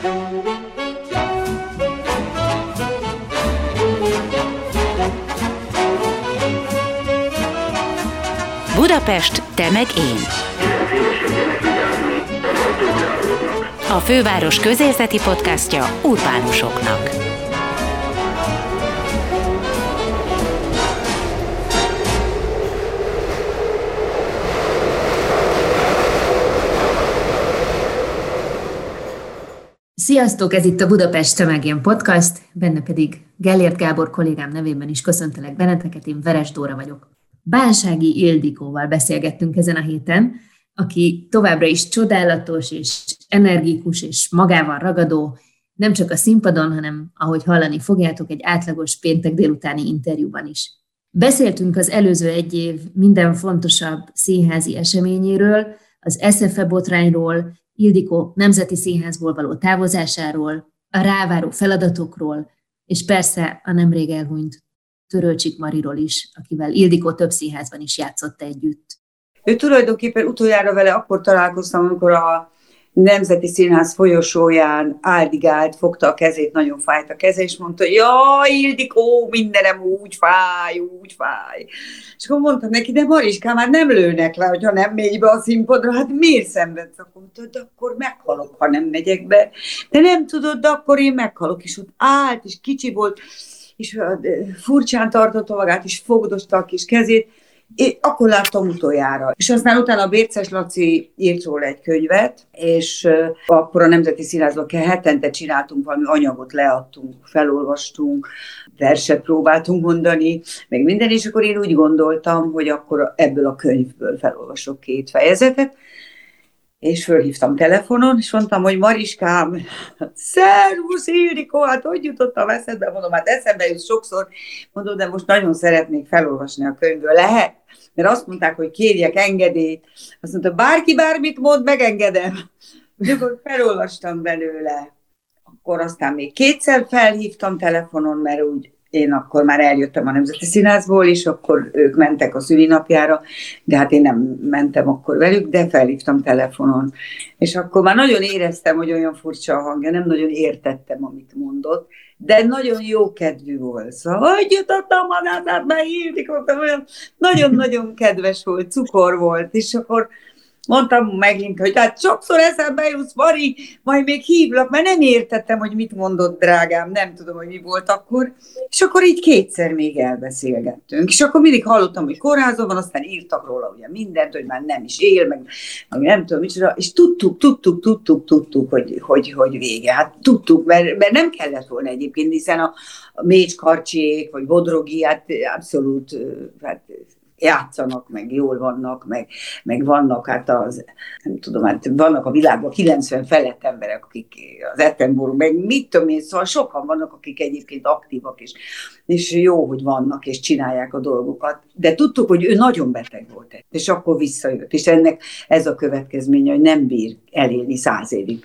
Budapest, te meg én. A főváros közérzeti podcastja urbánusoknak. Sziasztok, ez itt a Budapest, te meg én podcast, benne pedig Gellért Gábor kollégám nevében is köszöntelek benneteket, én Veres Dóra vagyok. Bánsági Ildikóval beszélgettünk ezen a héten, aki továbbra is csodálatos és energikus és magával ragadó, nem csak a színpadon, hanem, ahogy hallani fogjátok, egy átlagos péntek délutáni interjúban is. Beszéltünk az előző egy év minden fontosabb színházi eseményéről, az SZFE botrányról, Ildikó Nemzeti Színházból való távozásáról, a ráváró feladatokról, és persze a nemrég elhunyt Törölcsik Mariról is, akivel Ildikó több színházban is játszott együtt. Ő tulajdonképpen utoljára vele akkor találkoztam, amikor a Nemzeti Színház folyosóján áldigált, fogta a kezét, nagyon fájt a keze, és mondta, jaj, Ildikó, mindenem úgy fáj. És akkor mondtam neki, de Mariskám, már nem lőnek le, hogyha nem mégy be a színpadra, hát miért szenvedsz? Akkor mondta, de akkor meghalok, ha nem megyek be. De nem tudod, de akkor én meghalok. És ott állt, és kicsi volt, és furcsán tartotta magát, és fogdosta a kis kezét. Én akkor láttam utoljára. És aztán utána Bérces Laci írt róla egy könyvet, és akkor a Nemzeti Színházban hetente csináltunk valami anyagot, leadtunk, felolvastunk, verset próbáltunk mondani, meg minden, és akkor én úgy gondoltam, hogy akkor ebből a könyvből felolvasok 2 fejezetet, és fölhívtam telefonon, és mondtam, hogy Mariskám, szervusz Ildikó, hát hogy jutottam eszedbe? Mondom, hát eszembe jut sokszor, mondom, de most nagyon szeretnék felolvasni a könyvből. Lehet? Mert azt mondták, hogy kérjek engedélyt. Azt mondta, bárki bármit mond, megengedem. És akkor felolvastam belőle. Akkor aztán még 2-szer felhívtam telefonon, mert úgy én akkor már eljöttem a Nemzeti Színházból, és akkor ők mentek a szülinapjára, de hát én nem mentem akkor velük, de felhívtam telefonon. És akkor már nagyon éreztem, hogy olyan furcsa a hangja, nem nagyon értettem, amit mondott, de nagyon jó kedvű volt. Szóval, hogy jutottam a názátba, Ildikótam, olyan nagyon-nagyon kedves volt, cukor volt, és akkor mondtam megint, hogy hát sokszor eszembe jutsz, Mari, majd még hívlak, mert nem értettem, hogy mit mondott, drágám, nem tudom, hogy mi volt akkor. És akkor így 2-szer még elbeszélgettünk. És akkor mindig hallottam, hogy kórházban van, aztán írtak róla ugye mindent, hogy már nem is él, meg nem tudom, micsoda. És tudtuk, hogy vége. Hát tudtuk, mert nem kellett volna egyébként, hiszen a Mécs Karcsiék, vagy Bodrogi, hát abszolút, hát játszanak, meg jól vannak, meg vannak, hát nem tudom, hát vannak a világban 90 felett emberek, akik az Attenborough, meg mit tudom én, szóval sokan vannak, akik egyébként aktívak, és jó, hogy vannak, és csinálják a dolgokat. De tudtuk, hogy ő nagyon beteg volt, és akkor visszajött. És ennek ez a következménye, hogy nem bír elélni 100 évig,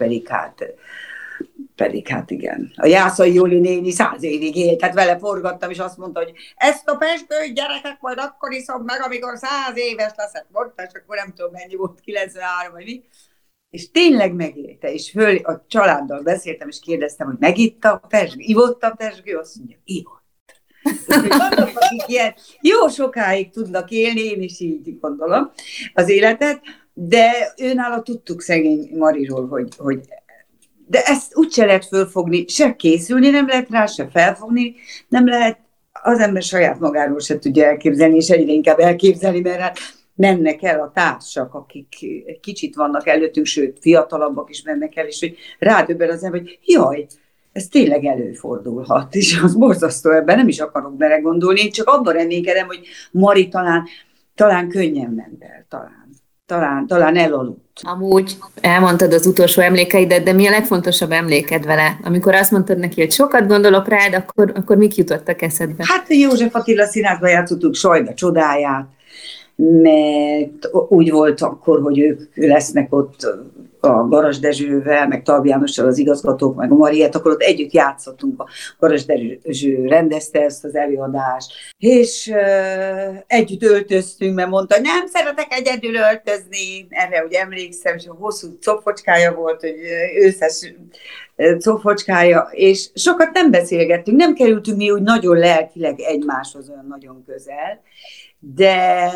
pedig hát igen. A Jászai Jóli néni 100 évig élt, tehát vele forgattam, és azt mondta, hogy ezt a pezsgőt, gyerekek, majd akkor iszom meg, amikor 100 éves leszek, mondta, és akkor nem tudom mennyi volt, 93 vagy mi. És tényleg megélte, és föl a családdal beszéltem, és kérdeztem, hogy megitta a pezsgő, ivott a pezsgő, azt mondja, ivott. Vannak, akik ilyen jó sokáig tudnak élni, én is így gondolom az életet, de őnála tudtuk szegény Mariról, hogy de ezt úgyse lehet fölfogni, se készülni nem lehet rá, se felfogni nem lehet, az ember saját magáról se tudja elképzelni, és egyre inkább elképzelni, mert hát mennek el a társak, akik egy kicsit vannak előttünk, sőt, fiatalabbak is mennek el, és hogy rádöbben az ember, hogy jaj, ez tényleg előfordulhat, és az borzasztó, ebben nem is akarok belegondolni, én csak abban reménykedem, hogy Mari talán könnyen ment el, talán elaludt. Amúgy elmondtad az utolsó emlékeidet, de mi a legfontosabb emléked vele? Amikor azt mondtad neki, hogy sokat gondolok rád, akkor mik jutottak eszedbe? Hát József Attila Színházban játszottuk Sajda csodáját, mert úgy volt akkor, hogy ők lesznek ott a Garas Dezsővel, meg Talbi Jánossal az igazgatók, meg a Mariett, akkor ott együtt játszottunk, a Garas Dezső rendezte ezt az előadást, és együtt öltöztünk, mert mondta, nem szeretek egyedül öltözni, erre úgy emlékszem, és a hosszú cofocskája volt, hogy őszes cofocskája, és sokat nem beszélgettünk, nem kerültünk mi úgy nagyon lelkileg egymáshoz olyan nagyon közel, de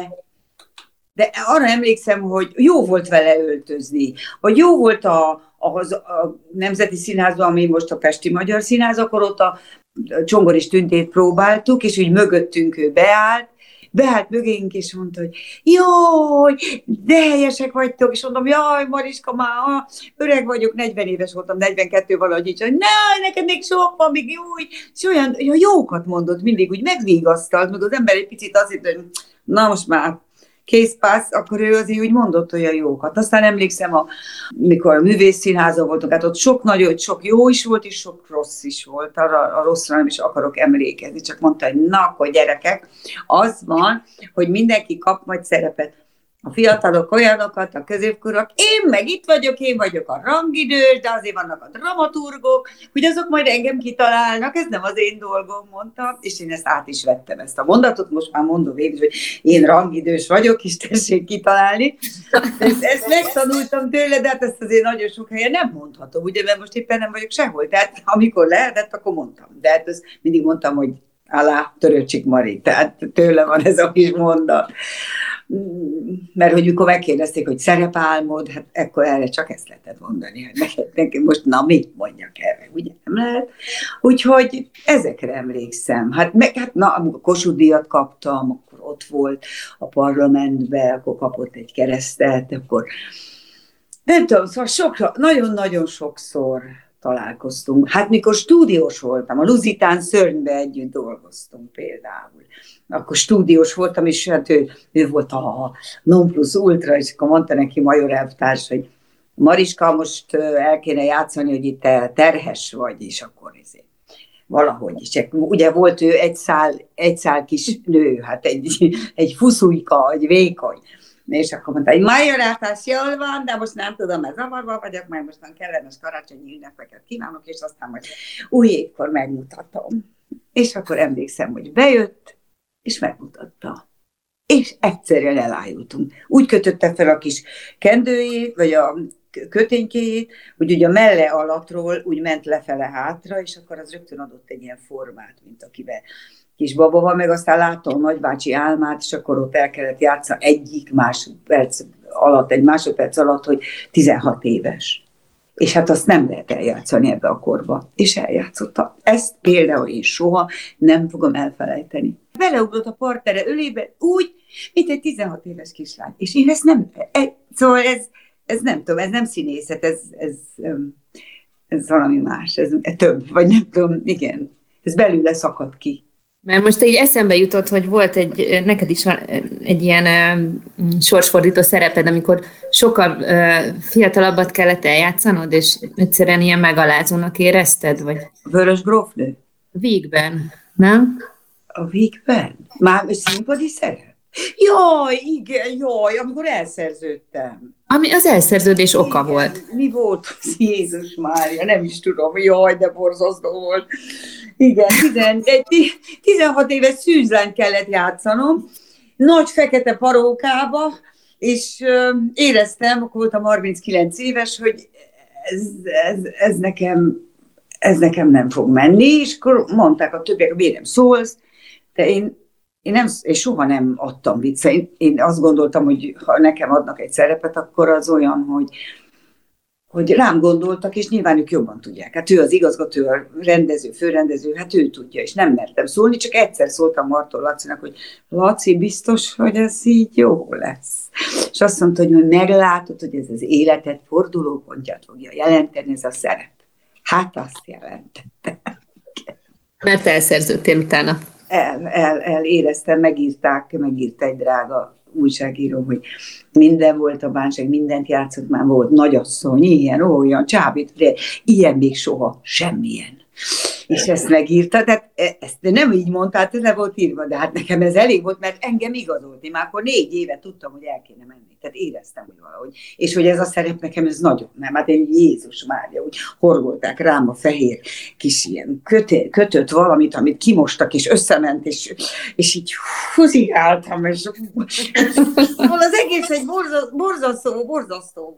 arra emlékszem, hogy jó volt vele öltözni, vagy jó volt a Nemzeti Színházban, ami most a Pesti Magyar Színház, akkor ott a Csongoris Tündét próbáltuk, és úgy mögöttünk ő beállt mögénk, és mondta, hogy jaj, de helyesek vagytok, és mondom, jaj, Mariska, már öreg vagyok, 40 éves voltam, 42 valahogy így, hogy neked még sok van, még jó, és olyan jókat mondott mindig, úgy megvigasztalt, meg az ember egy picit azt hitt, hogy na most már készpász, akkor ő azért úgy mondott olyan jókat. Aztán emlékszem, mikor a Művészszínházon voltunk, hát ott sok jó is volt, és sok rossz is volt. Arra a rosszra nem is akarok emlékezni, csak mondta, hogy na, akkor gyerekek, az van, hogy mindenki kap majd szerepet. A fiatalok olyanokat, a középkorúak, én meg itt vagyok, én vagyok a rangidős, de azért vannak a dramaturgok, hogy azok majd engem kitalálnak, ez nem az én dolgom, mondta, és én ezt át is vettem, ezt a mondatot, most már mondom végül, hogy én rangidős vagyok, és tessék kitalálni. Ezt megtanultam tőle, de hát ezt azért nagyon sok helyen nem mondhatom, ugye, mert most éppen nem vagyok sehol, tehát amikor lehetett, akkor mondtam. De hát ezt mindig mondtam, hogy alá Törőcsik Mari, tehát tőle van ez a kis mondat. Mert hogy mikor megkérdezték, hogy szerepálmod, hát ekkor erre csak ezt lehetett mondani, hogy nekem most mit mondjak erre, ugye nem lehet. Úgyhogy ezekre emlékszem. Amikor Kossuth-díjat kaptam, akkor ott volt a parlamentben, akkor kapott egy keresztet, akkor nem tudom, szóval nagyon-nagyon sokszor találkoztunk. Hát mikor stúdiós voltam, a Luzitán Szörnybe együtt dolgoztunk például. Akkor stúdiós voltam, és hát ő volt a non plus ultra, és akkor mondta neki Major elvtárs, hogy Mariska, most el kéne játszani, hogy itt te terhes vagy, és akkor valahogy is. Ugye volt ő egy szál kis nő, hát egy fuszújka, egy vékony. És akkor mondta, hogy Major elvtárs, jól van, de most nem tudom, mert zavarban vagyok, mert mostan kellemes karácsonyi ünnepeket kívánok, és aztán majd új évkor megmutatom. És akkor emlékszem, hogy bejött, és megmutatta. És egyszerűen elájultunk. Úgy kötötte fel a kis kendőjét, vagy a köténykéjét, hogy ugye a melle alattról úgy ment lefele hátra, és akkor az rögtön adott egy ilyen formát, mint akiben kis baba van, meg aztán láttam a nagybácsi álmát, és akkor ott el kellett játszani egy másodperc alatt, hogy 16 éves. És hát azt nem lehet eljátszani ebbe a korba. És eljátszotta. Ezt például én soha nem fogom elfelejteni. Beleugrott a parterre ölébe úgy, mint egy 16 éves kislány. És én ezt nem... Szóval ez nem tudom, ez nem színészet, ez valami más, ez több, vagy nem tudom, igen. Ez belőle szakad ki. Mert most így eszembe jutott, hogy volt neked is egy ilyen sorsfordító szereped, amikor sokkal fiatalabbat kellett eljátszanod, és egyszerűen ilyen megalázónak érezted? Vagy? Vörös grófnő? Vígben, nem? A Vígben? Már színpadi szerep? Jaj, igen, amikor elszerződtem. Ami az elszerződés oka igen, volt. Mi volt az? Jézus Mária, nem is tudom, jaj, de borzasztó volt. Igen, 16 éves szűzlányt kellett játszanom, nagy fekete parókába, és éreztem, akkor voltam 39 éves, hogy ez nekem nem fog menni, és akkor mondták a többiek, hogy miért nem szólsz, de én soha nem adtam vicce. Én azt gondoltam, hogy ha nekem adnak egy szerepet, akkor az olyan, hogy rám gondoltak, és nyilván ők jobban tudják. Hát ő az igazgató, a rendező, főrendező, hát ő tudja, és nem mertem szólni, csak egyszer szóltam Martól Lacinak, hogy Laci, biztos, hogy ez így jó lesz. És azt mondta, hogy meglátod, hogy ez az életed fordulópontját fogja jelenteni ez a szerep. Hát azt jelentette. Mert elszerződtél utána. Éreztem, megírta egy drága újságíró, hogy minden volt a bánság, mindent játszott, már volt nagyasszony, ilyen, olyan, csábít, ilyen még soha, semmilyen. és ezt megírta, tehát ezt nem így mondta, hát ez le volt írva, de hát nekem ez elég volt, mert engem igazolt. Én már akkor 4 éve tudtam, hogy el kéne menni, tehát éreztem, hogy valahogy. És hogy ez a szerep nekem ez nagyon nem, hát én Jézus Mária, úgy horgolták rám a fehér kis ilyen kötött valamit, amit kimostak, és összement, és így húzigáltam, és az egész egy borzasztó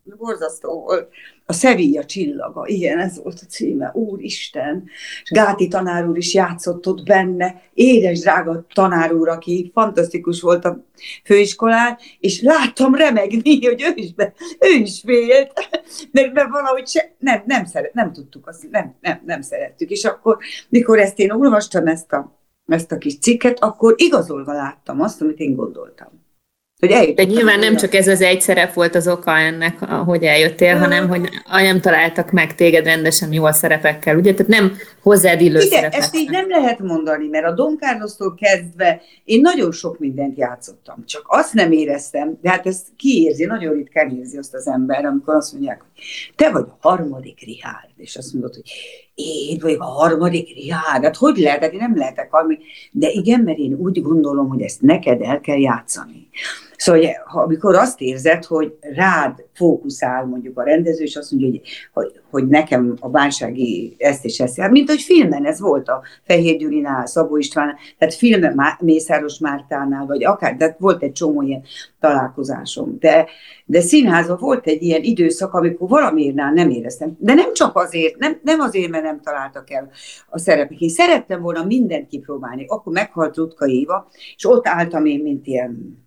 volt. A Sevilla csillaga, igen, ez volt a címe, Úristen. És Gáti tanár úr is játszott ott benne, édes drága tanár úr, aki fantasztikus volt a főiskolán, és láttam remegni, hogy ő is félt, mert valahogy nem tudtuk, nem szerettük. És akkor, mikor én olvastam ezt a kis cikket, akkor igazolva láttam azt, amit én gondoltam. De nyilván nem csak ez az egy szerep volt az oka ennek, hogy eljöttél, hanem hogy nem találtak meg téged rendesen jól szerepekkel, ugye? Tehát nem hozzád illő szerepekkel. Ezt így nem lehet mondani, mert a Don Carlostól kezdve én nagyon sok mindent játszottam, csak azt nem éreztem, de hát ezt kiérzi, nagyon ritkán érzi azt az ember, amikor azt mondják, hogy te vagy a harmadik Richárd, és azt mondod, hogy én vagyok a harmadik Richárd, hát hogy lehet, hát én nem lehetek harmadik, de igen, mert én úgy gondolom, hogy ezt neked el kell játszani. Szóval, amikor azt érzed, hogy rád fókuszál mondjuk a rendező, és azt mondja, hogy nekem a bánsági ezt és ezt, mint hogy filmen ez volt a Fehér Gyurinál, Szabó István, tehát filmen Mészáros Mártánál, vagy akár, de volt egy csomó ilyen találkozásom. De színházban volt egy ilyen időszak, amikor valamiért nem éreztem. De nem csak azért, nem azért, mert nem találtak el a szerepek. Én szerettem volna mindent kipróbálni. Akkor meghalt Rutka Éva, és ott álltam én, mint ilyen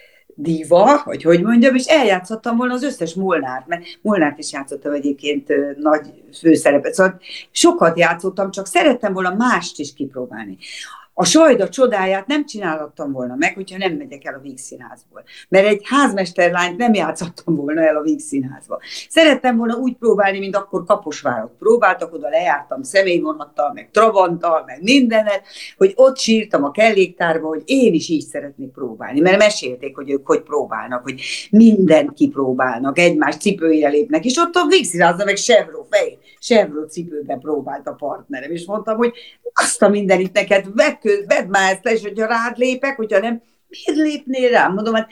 diva, vagy hogy mondjam, és eljátszottam volna az összes Molnárt, mert Molnárt is játszottam egyébként nagy főszerepet, szóval sokat játszottam, csak szerettem volna mást is kipróbálni. A Sajda csodáját nem csinálhattam volna meg, hogyha nem megyek el a Vígszínházból. Mert egy házmesterlányt nem játszottam volna el a Vígszínházba. Szerettem volna úgy próbálni, mint akkor Kaposvárot próbáltak, oda lejártam személyvonattal, meg Trabanttal, meg mindennel, hogy ott sírtam a kelléktárba, hogy én is így szeretnék próbálni. Mert mesélték, hogy ők hogy próbálnak, hogy mindent kipróbálnak, egymás cipőire lépnek, és ott a Vígszínházban meg Chevrolet cipőben próbált a partnerem, és mondtam, hogy azt a mindenit neked vedd már ezt le, és hogyha rád lépek, hogyha nem, miért lépnél rám? Mondom, hát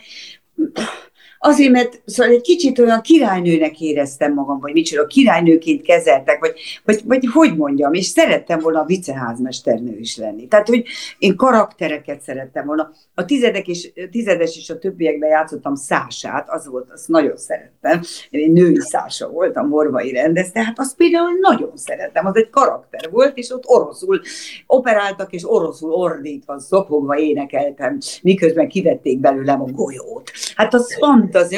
azért, mert szóval egy kicsit olyan királynőnek éreztem magam, vagy micsoda, királynőként kezeltek, vagy hogy mondjam, és szerettem volna a viceházmesternő is lenni. Tehát, hogy én karaktereket szerettem volna. A tizedes és a többiekben játszottam Szását, azt nagyon szerettem. Én női Szása voltam, Horvai rendez, tehát azt például nagyon szerettem, az egy karakter volt, és ott oroszul operáltak, és oroszul ordítva, szopogva énekeltem, miközben kivették belőlem a golyót. Hát az fantazia,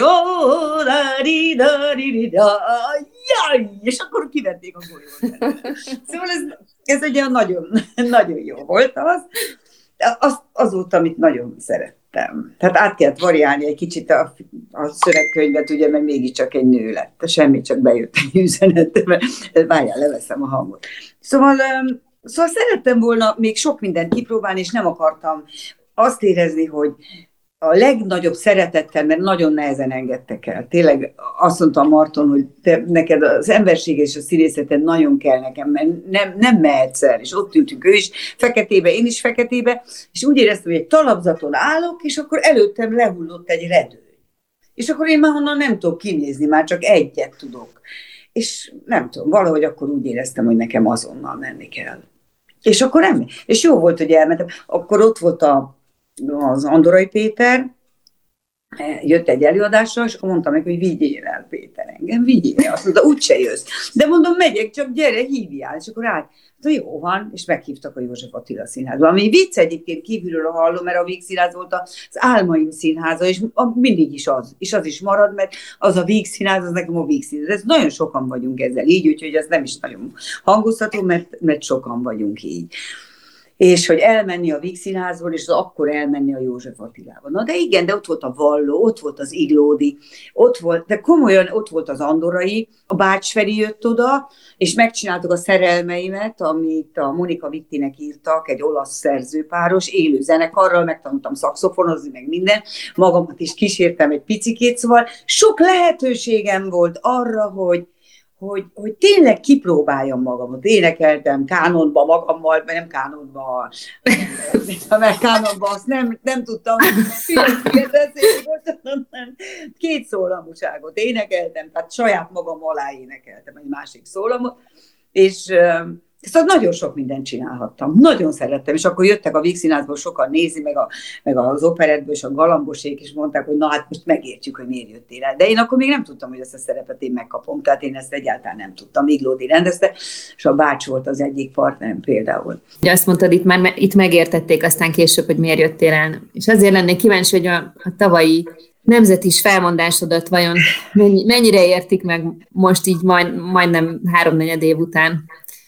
és akkor kivették a golyót. Szóval ez egy olyan nagyon, nagyon jó volt az volt, amit nagyon szerettem. Tehát át kellett variálni egy kicsit a szövegkönyvet, ugye, mert mégiscsak egy nő lett. Semmi, csak bejött egy üzenet, mert várjál, leveszem a hangot. Szóval szerettem volna még sok mindent kipróbálni, és nem akartam azt érezni, hogy a legnagyobb szeretettel, mert nagyon nehezen engedtek el. Tényleg azt mondtam Marton, hogy neked az emberség és a színészeted nagyon kell nekem, mert nem mehetsz el. És ott ültünk, ő is feketébe, én is feketébe, és úgy éreztem, hogy egy talapzaton állok, és akkor előttem lehullott egy redőny. És akkor én már onnan nem tudok kinézni, már csak egyet tudok. És nem tudom, valahogy akkor úgy éreztem, hogy nekem azonnal menni kell. És akkor nem. És jó volt, hogy elmentem. Akkor ott volt az Andorai Péter, jött egy előadásra, és akkor mondtam meg, hogy vigyél el, Péter, engem, vigyél el. Azt mondta, úgyse jössz. De mondom, megyek, csak gyere, hívjál. És akkor jó van, és meghívtak a József Attila Színházba. Ami vicc egyébként kívülről hallom, mert a Vígszínház volt az álmaim színháza, és mindig is az. És az is marad, mert az a Vígszínház, az nekem a Vígszínház. Ez nagyon sokan vagyunk ezzel így, úgyhogy ez nem is nagyon hangozható, mert sokan vagyunk így. És hogy elmenni a Vígszínházból, és akkor elmenni a József Attilába. Na de igen, de ott volt a Valló, ott volt az Illódi, ott volt, de komolyan ott volt az Andorai, a Bács Feri jött oda, és megcsináltuk a Szerelmeimet, amit a Monika Vittinek írtak, egy olasz szerzőpáros, élő zenekarral, megtanultam szaxofonozni, meg minden, magamat is kísértem egy picikét, szóval sok lehetőségem volt arra, hogy tényleg kipróbáljam magamot. Énekeltem kánonba magammal, mert nem kánonba, mert kánonba azt nem tudtam két szólamúságot énekeltem, tehát saját magam alá énekeltem egy másik szólamot, és szóval nagyon sok mindent csinálhattam. Nagyon szerettem, és akkor jöttek a Víg Színházból sokan nézni, meg az operettből, és a galambosék is mondták, hogy na hát most megértjük, hogy miért jöttél el. De én akkor még nem tudtam, hogy ezt a szerepet én megkapom, tehát én ezt egyáltalán nem tudtam. Miglódi rendezte, és a Bács volt az egyik partnerem például. Ugye azt mondtad, itt megértették aztán később, hogy miért jöttél el. És azért lennék kíváncsi, hogy a tavalyi nemzetis felmondásodat vajon mennyire értik meg most így majdnem 3-4 év után?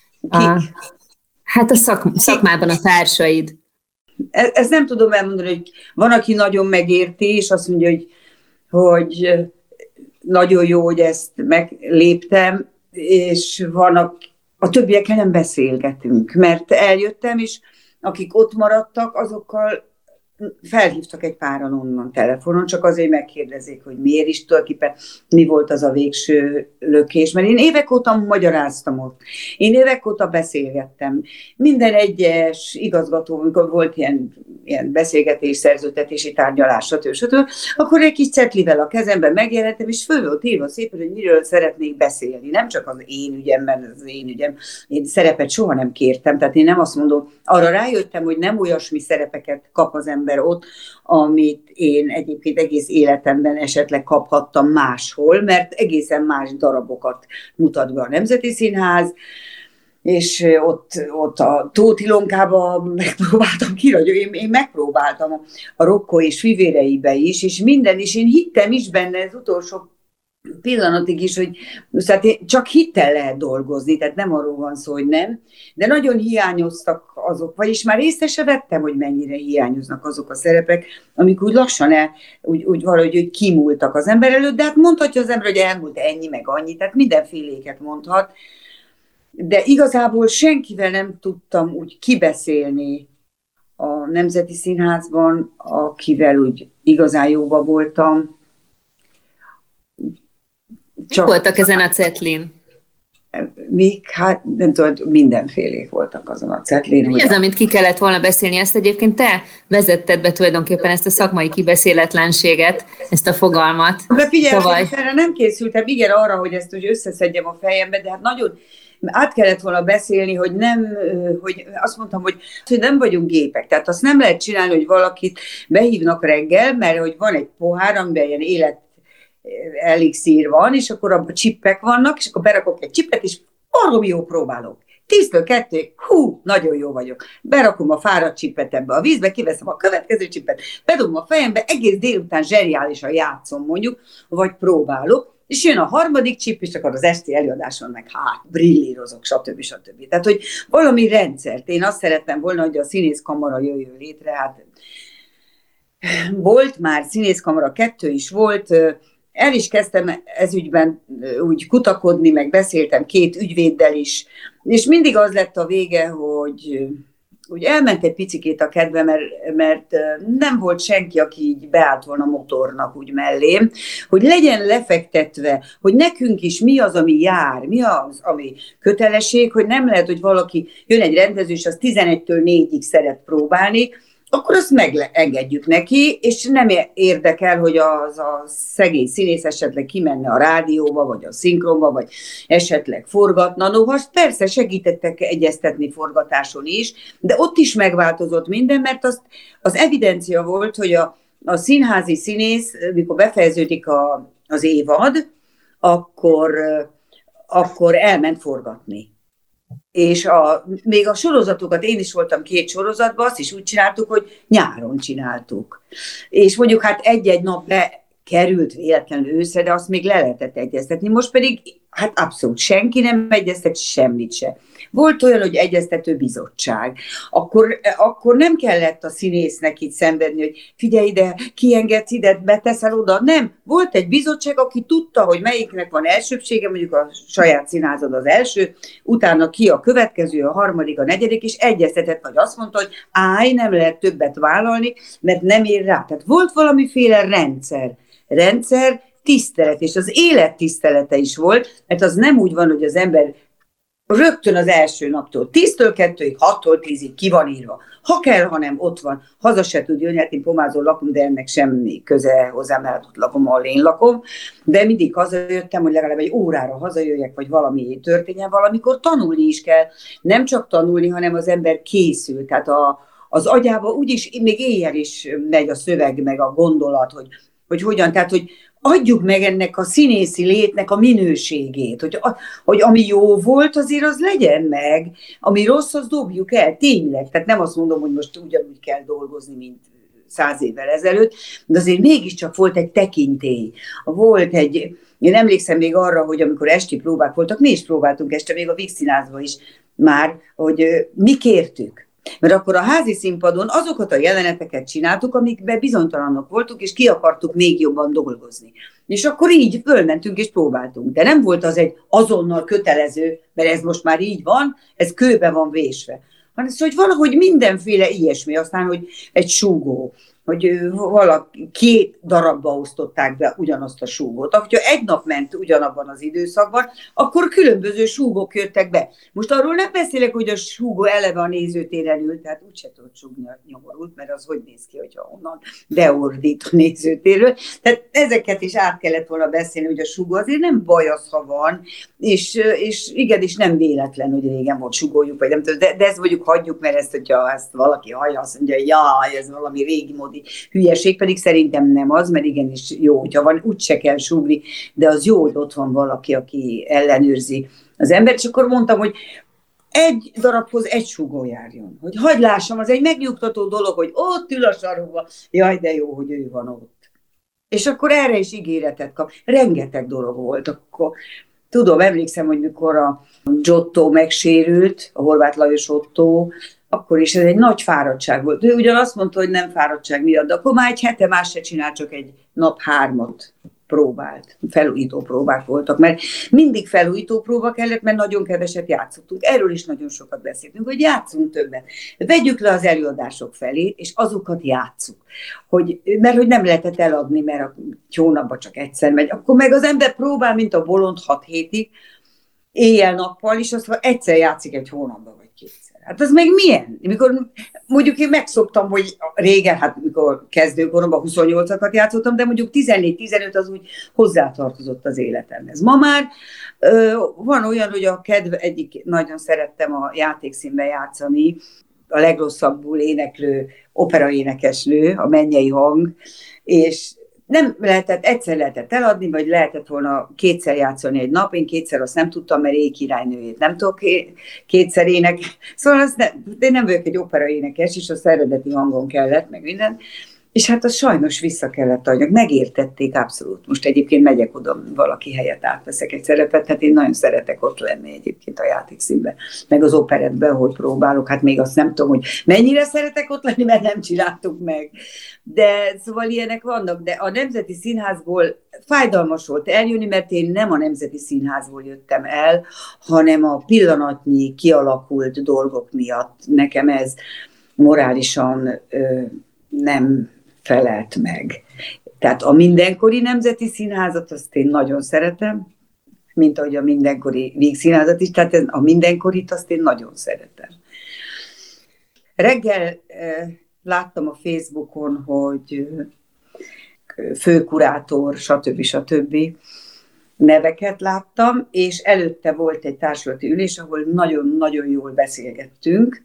Hát a szakmában a társaid. Ezt nem tudom elmondani, hogy van, aki nagyon megérti, és azt mondja, hogy nagyon jó, hogy ezt megléptem, és a többiekkel nem beszélgetünk, mert eljöttem, és akik ott maradtak, azokkal felhívtak egy páran onnan telefonon, csak azért megkérdezik, hogy miért is, tulajdonképpen mi volt az a végső lökés. Mert én évek óta magyaráztam ott. Én évek óta beszélgettem. Minden egyes igazgató, amikor volt ilyen beszélgetés, szerződtetési tárgyalás, stb., akkor egy kis cetlivel a kezemben megjelentem, és föl volt írva szépen, hogy miről szeretnék beszélni. Nem csak az én ügyem, mert az én ügyem. Én szerepet soha nem kértem, tehát én nem azt mondom, arra rájöttem, hogy nem olyasmi szerepeket kap az ember ott, amit én egyébként egész életemben esetleg kaphattam máshol, mert egészen más darabokat mutat be a Nemzeti Színház, és ott a Tóth Ilonkában megpróbáltam én megpróbáltam a Rocco és fivéreibe is, és minden is, én hittem is benne az utolsó pillanatig is, hogy szóval csak hittel lehet dolgozni, tehát nem arról van szó, hogy nem, de nagyon hiányoztak azok, vagyis már észre se vettem, hogy mennyire hiányoznak azok a szerepek, amik úgy lassan úgy valahogy hogy kimúltak az ember előtt, de hát mondhatja az ember, hogy elmúlt ennyi, meg annyi, tehát mindenféléket mondhat, de igazából senkivel nem tudtam úgy kibeszélni a Nemzeti Színházban, akivel úgy igazán jóba voltam. Csak voltak ezen a cetlin? Hát nem tudom, mindenfélék voltak azon a cetlin. Mi az, amit ki kellett volna beszélni? Ezt egyébként te vezetted be tulajdonképpen ezt a szakmai kibeszéletlenséget, ezt a fogalmat. De figyelj, erre nem készültem, igen, arra, hogy ezt úgy összeszedjem a fejembe, de hát nagyon át kellett volna beszélni, hogy hogy azt mondtam, hogy nem vagyunk gépek. Tehát azt nem lehet csinálni, hogy valakit behívnak reggel, mert hogy van egy pohár, amiben ilyen élet elixír van, és akkor abban csippek vannak, és akkor berakok egy csippet, és arról jó próbálok. 10-től 2, nagyon jó vagyok. Berakom a fáradt csippet ebbe a vízbe, kiveszem a következő csippet, bedobom a fejembe, egész délután zseniálisan játszom mondjuk, vagy próbálok, és jön a harmadik csipp, és akkor az esti előadáson meg brillírozok, stb. Tehát, hogy valami rendszert. Én azt szerettem volna, hogy a színészkamara jöjjön létre, hát volt már színészkamara 2 is volt, el is kezdtem ezügyben úgy kutakodni, meg beszéltem 2 ügyvéddel is, és mindig az lett a vége, hogy elment egy picikét a kedve, mert nem volt senki, aki így beállt volna motornak úgy mellém, hogy legyen lefektetve, hogy nekünk is mi az, ami jár, mi az, ami kötelesség, hogy nem lehet, hogy valaki jön egy rendező, és az 11-től 4-ig szeret próbálni, akkor azt megengedjük neki, és nem érdekel, hogy az a szegény színész esetleg kimenne a rádióba, vagy a szinkronba, vagy esetleg forgatna. Noha persze segítettek egyeztetni forgatáson is, de ott is megváltozott minden, mert az evidencia volt, hogy a színházi színész, mikor befejeződik az évad, akkor elment forgatni. És még a sorozatokat, én is voltam 2 sorozatban, azt is úgy csináltuk, hogy nyáron csináltuk. És mondjuk hát egy-egy nap bekerült véletlenül őszre, de azt még le lehetett egyeztetni. Most pedig hát abszolút senki nem egyeztet semmit se. Volt olyan, hogy egyeztető bizottság. Akkor nem kellett a színésznek itt szenvedni, hogy figyelj ide, kiengedsz ide, beteszel oda. Nem. Volt egy bizottság, aki tudta, hogy melyiknek van elsőbsége, mondjuk a saját színházad az első, utána ki a következő, a harmadik, a negyedik, és egyeztetett, vagy azt mondta, hogy nem lehet többet vállalni, mert nem ér rá. Tehát volt valamiféle rendszer, tisztelet, és az élet tisztelete is volt, mert az nem úgy van, hogy az ember rögtön az első naptól 10-től 2-ig, 6-tól 10-ig ki van írva. Ha kell, hanem ott van. Haza se tud jönni, hát én Pomázon lakom, de ennek semmi köze hozzám, mert ott lakom, ahol én lakom. De mindig hazajöttem, hogy legalább egy órára hazajöjjek, vagy valami történjen, valamikor tanulni is kell. Nem csak tanulni, hanem az ember készül. Tehát az agyába úgyis még éjjel is megy a szöveg, meg a gondolat, hogy hogyan, tehát hogy adjuk meg ennek a színészi létnek a minőségét, hogy ami jó volt, azért az legyen meg, ami rossz, az dobjuk el, tényleg. Tehát nem azt mondom, hogy most ugyanúgy kell dolgozni, mint 100 évvel ezelőtt, de azért mégiscsak volt egy tekintély. Én emlékszem még arra, hogy amikor esti próbák voltak, mi is próbáltunk este, még a Víg Színházban is már, hogy mi kértük. Mert akkor a házi színpadon azokat a jeleneteket csináltuk, amikben bizonytalanok voltunk, és ki akartuk még jobban dolgozni. És akkor így fölmentünk és próbáltunk. De nem volt az egy azonnal kötelező, mert ez most már így van, ez kőbe van vésve. Hanem hogy valahogy mindenféle ilyesmi, aztán, hogy egy súgó, hogy valaki 2 darabba osztották be ugyanazt a súgót. Ha egy nap ment ugyanabban az időszakban, akkor különböző súgók jöttek be. Most arról nem beszélek, hogy a súgó eleve a nézőtéren ült, tehát úgyse tudott súgni a nyomorult, mert az hogy néz ki, hogyha onnan beordít a nézőtérről. Tehát ezeket is át kellett volna beszélni, hogy a súgó azért nem baj az, ha van, és igen, és nem véletlen, hogy régen volt súgójuk, vagy nem tudom, de ezt mondjuk hagyjuk, mert hogyha ezt valaki hallja, azt mondja, jaj, ez valami régi módi hülyeség, pedig szerintem nem az, mert igenis jó, hogyha van, úgyse kell súgni, de az jó, hogy ott van valaki, aki ellenőrzi az ember, és akkor mondtam, hogy egy darabhoz egy súgó járjon, hogy hagyd lássam, az egy megnyugtató dolog, hogy ott ül a sarokba, jaj, de jó, hogy ő van ott. És akkor erre is ígéretet kap. Rengeteg dolog volt. Akkor tudom, emlékszem, hogy mikor a Giotto megsérült, a Horváth Lajos Otto, akkor is ez egy nagy fáradtság volt. Ő ugyan azt mondta, hogy nem fáradtság miatt, de akkor már egy hete más se csinál, csak egy nap 3 próbált. Felújító próbák voltak, mert mindig felújító próba kellett, mert nagyon keveset játszottunk. Erről is nagyon sokat beszéltünk, hogy játszunk többet. Vegyük le az előadások felé, és azokat játsszuk. Mert hogy nem lehetett eladni, mert egy hónapban csak egyszer megy. Akkor meg az ember próbál, mint a bolond 6 hétig, éjjel-nappal, és azt egyszer játszik egy hónapban, vagy 2-szer. Hát az meg milyen? Mikor mondjuk én megszoktam, hogy régen, hát mikor kezdőkoromban 28-akat játszottam, de mondjuk 14-15 az úgy hozzátartozott az életemhez. Ma már van olyan, hogy egyik nagyon szerettem a játékszínben játszani, a legrosszabbul éneklő operaénekesnő, a Mennyei Hang, és nem lehetett, egyszer lehetett eladni, vagy lehetett volna 2-szer játszani egy nap, én 2-szer azt nem tudtam, mert Éjkirálynőjét nem tudok 2-szer énekelni. Szóval én nem vagyok egy operaénekes, és az eredeti hangon kellett, meg minden. És hát az sajnos vissza kellett adjak, megértették abszolút. Most egyébként megyek oda, valaki helyett átveszek egy szerepet, hát én nagyon szeretek ott lenni egyébként a játékszínben, meg az operettben, hogy próbálok, hát még azt nem tudom, hogy mennyire szeretek ott lenni, mert nem csináltuk meg. De szóval ilyenek vannak, de a Nemzeti Színházból fájdalmas volt eljönni, mert én nem a Nemzeti Színházból jöttem el, hanem a pillanatnyi kialakult dolgok miatt. Nekem ez morálisan nem felelt meg. Tehát a mindenkori Nemzeti Színházat azt én nagyon szeretem, mint ahogy a mindenkori Víg Színházat is, tehát a mindenkorit azt én nagyon szeretem. Reggel láttam a Facebookon, hogy főkurátor, stb. Neveket láttam, és előtte volt egy társulati ülés, ahol nagyon-nagyon jól beszélgettünk,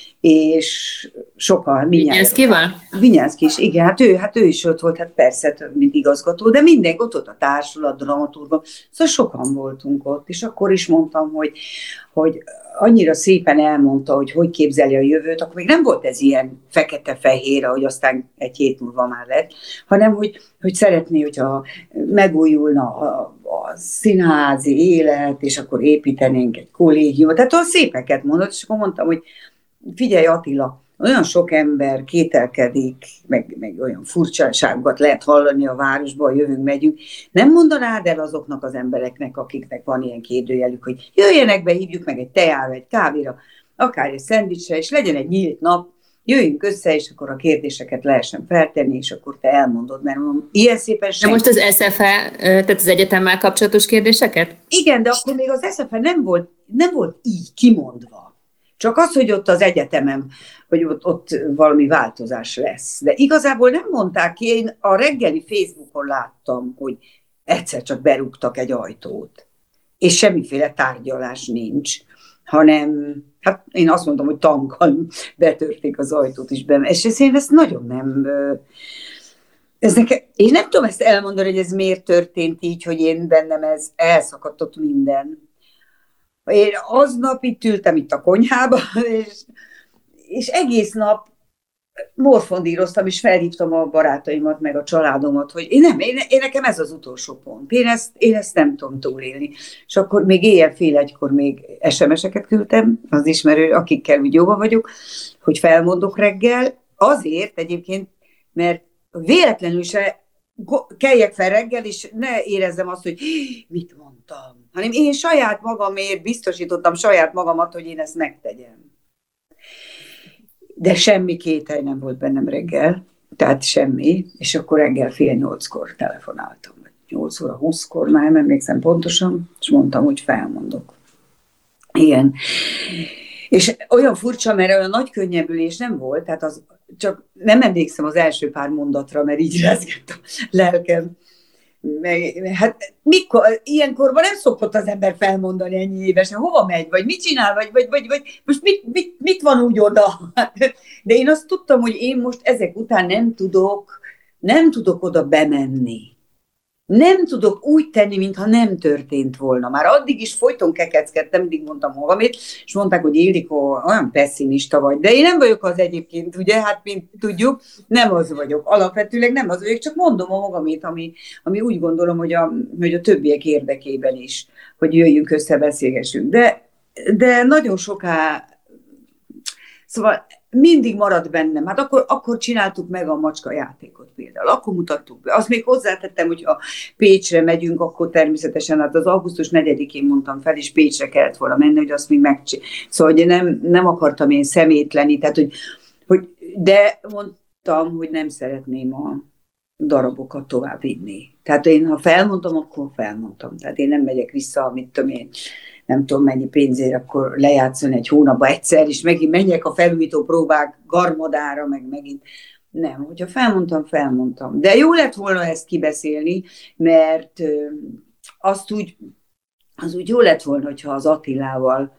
és sokan, Vinyánszkival? Vinyánszki is, igen, hát ő is ott volt, hát persze, mint igazgató, de mindenki ott a társulat, dramaturgon, szóval sokan voltunk ott, és akkor is mondtam, hogy annyira szépen elmondta, hogy képzeli a jövőt, akkor még nem volt ez ilyen fekete-fehér, ahogy aztán egy hét múlva már lett, hanem hogy szeretné, hogyha megújulna a színházi élet, és akkor építenénk egy kollégiumot, tehát olyan szépeket mondott, és akkor mondtam, hogy figyelj Attila, olyan sok ember kételkedik, meg olyan furcsaságokat lehet hallani a városban, jövünk, megyünk. Nem mondanád el azoknak az embereknek, akiknek van ilyen kérdőjelük, hogy jöjjenek be, hívjuk meg egy teára, egy kávéra, akár egy szendvicsre, és legyen egy nyílt nap, jöjjünk össze, és akkor a kérdéseket lehessen feltenni, és akkor te elmondod, mert mondom, ilyen szépen sem. De most az SFE, tehát az egyetemmel kapcsolatos kérdéseket? Igen, de akkor még az SFE nem volt így kimondva. Csak az, hogy ott az egyetemen, hogy ott valami változás lesz. De igazából nem mondták ki, én a reggeli Facebookon láttam, hogy egyszer csak berúgtak egy ajtót, és semmiféle tárgyalás nincs, hanem, hát én azt mondom, hogy tankkal betörték az ajtót is be, és én ezt nagyon nem... Én nem tudom ezt elmondani, hogy ez miért történt így, hogy én bennem ez elszakadtott minden. Én aznap itt ültem itt a konyhában, és egész nap morfondíroztam, és felhívtam a barátaimat, meg a családomat, hogy én nekem ez az utolsó pont. Én ezt nem tudom túlélni. És akkor még éjjel 1:30 még SMS-eket küldtem az ismerő, akikkel úgy jóban vagyok, hogy felmondok reggel. Azért egyébként, mert véletlenül se keljek fel reggel, és ne érezzem azt, hogy mit mondtam, hanem én saját magamért biztosítottam saját magamat, hogy én ezt megtegyem. De semmi kételj nem volt bennem reggel, tehát semmi, és akkor reggel 7:30 telefonáltam, 8:20, már nem emlékszem pontosan, és mondtam, hogy felmondok. Igen. És olyan furcsa, mert olyan nagy könnyebbülés nem volt, tehát csak nem emlékszem az első pár mondatra, mert így rezgett a lelkem. Hát ilyenkorban nem szokott az ember felmondani ennyi évesen, hova megy, vagy mit csinál, vagy most mit van úgy oda. De én azt tudtam, hogy én most ezek után nem tudok oda bemenni. Nem tudok úgy tenni, mintha nem történt volna. Már addig is folyton kekeckedtem, mindig mondtam magamét, és mondták, hogy Ildikó, olyan pessimista vagy. De én nem vagyok az egyébként, ugye, hát mint tudjuk, nem az vagyok. Alapvetőleg nem az vagyok, csak mondom a magamét, ami úgy gondolom, hogy a többiek érdekében is, hogy jöjjünk össze, beszélgessünk. De nagyon soká, szóval mindig maradt bennem. Hát akkor csináltuk meg a macska játékot például. Akkor mutattuk be. Azt még hozzátettem, hogy ha Pécsre megyünk, akkor természetesen, hát az augusztus 4-én mondtam fel, és Pécsre kellett volna menni, hogy azt még Szóval, hogy nem akartam én szemétleni, tehát, de mondtam, hogy nem szeretném a darabokat tovább vinni. Tehát én, ha felmondtam, akkor felmondtam. Tehát én nem megyek vissza, amit tudom én, nem tudom mennyi pénzért, akkor lejátszani egy hónapban egyszer, és megint menjek a felújító próbák garmadára, meg megint. Nem, hogyha felmondtam. De jó lett volna ezt kibeszélni, mert az úgy jó lett volna, hogyha az Attilával,